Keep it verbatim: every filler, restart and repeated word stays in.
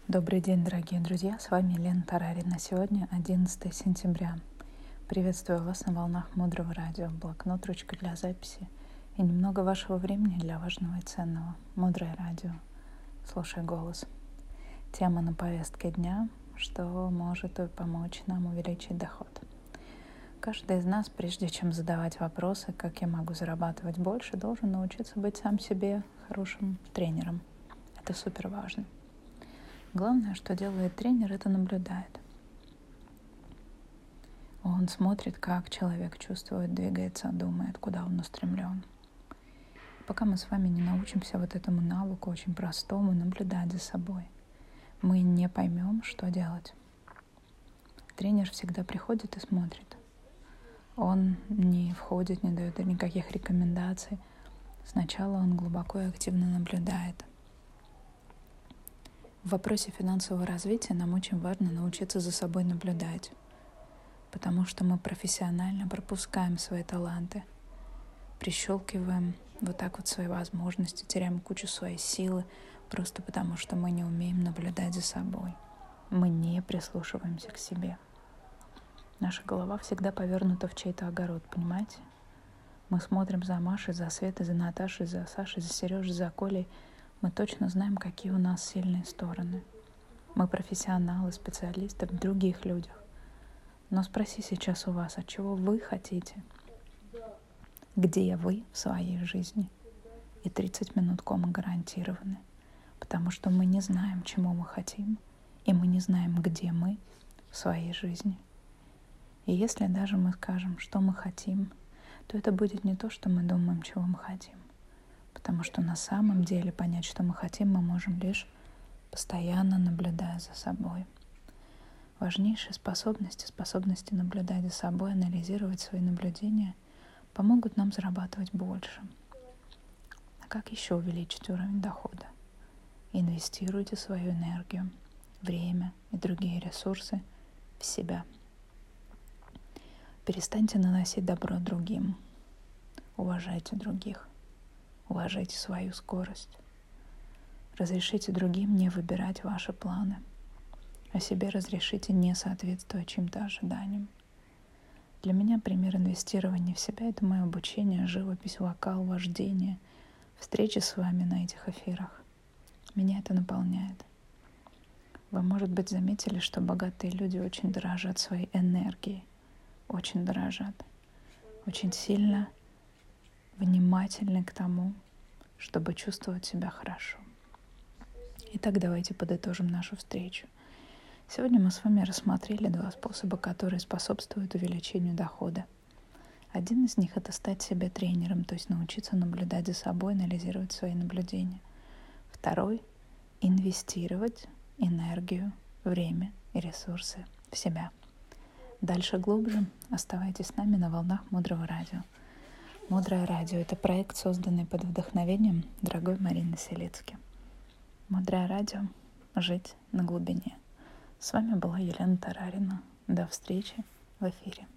Добрый день, дорогие друзья, с вами Лена Тарарина. Сегодня одиннадцатое сентября. Приветствую вас на волнах Мудрого Радио. Блокнот, ручка для записи и немного вашего времени для важного и ценного. Мудрое Радио. Слушай голос. Тема на повестке дня, что может помочь нам увеличить доход. Каждый из нас, прежде чем задавать вопросы, как я могу зарабатывать больше, должен научиться быть сам себе хорошим тренером. Это супер важно. Главное, что делает тренер, это наблюдает. Он смотрит, как человек чувствует, двигается, думает, куда он устремлен. Пока мы с вами не научимся вот этому навыку, очень простому, наблюдать за собой, мы не поймем, что делать. Тренер всегда приходит и смотрит. Он не входит, не дает никаких рекомендаций. Сначала он глубоко и активно наблюдает. В вопросе финансового развития нам очень важно научиться за собой наблюдать, потому что мы профессионально пропускаем свои таланты, прищелкиваем вот так вот свои возможности, теряем кучу своей силы, просто потому что мы не умеем наблюдать за собой. Мы не прислушиваемся к себе. Наша голова всегда повернута в чей-то огород, понимаете? Мы смотрим за Машей, за Светой, за Наташей, за Сашей, за Сережей, за Колей. Мы точно знаем, какие у нас сильные стороны. Мы профессионалы, специалисты в других людях. Но спроси сейчас у вас, от чего вы хотите? Где вы в своей жизни? И тридцать минут кома гарантированы. Потому что мы не знаем, чему мы хотим, и мы не знаем, где мы в своей жизни. И если даже мы скажем, что мы хотим, то это будет не то, что мы думаем, чего мы хотим. Потому что на самом деле понять, что мы хотим, мы можем лишь постоянно наблюдая за собой. Важнейшие способности, способности наблюдать за собой, анализировать свои наблюдения, помогут нам зарабатывать больше. А как еще увеличить уровень дохода? Инвестируйте свою энергию, время и другие ресурсы в себя. Перестаньте наносить добро другим. Уважайте других. Уважайте свою скорость. Разрешите другим не выбирать ваши планы, а себе разрешите не соответствовать чьим-то ожиданиям. Для меня пример инвестирования в себя — это мое обучение, живопись, вокал, вождение, встречи с вами на этих эфирах. Меня это наполняет. Вы, может быть, заметили, что богатые люди очень дорожат своей энергией, очень дорожат, очень сильно внимательны к тому, чтобы чувствовать себя хорошо. Итак, давайте подытожим нашу встречу. Сегодня мы с вами рассмотрели два способа, которые способствуют увеличению дохода. Один из них — это стать себе тренером, то есть научиться наблюдать за собой, анализировать свои наблюдения. Второй — инвестировать энергию, время и ресурсы в себя. Дальше глубже. Оставайтесь с нами на волнах Мудрого Радио. Мудрое Радио — это проект, созданный под вдохновением дорогой Марины Селицки. Мудрое Радио. Жить на глубине. С вами была Елена Тарарина. До встречи в эфире.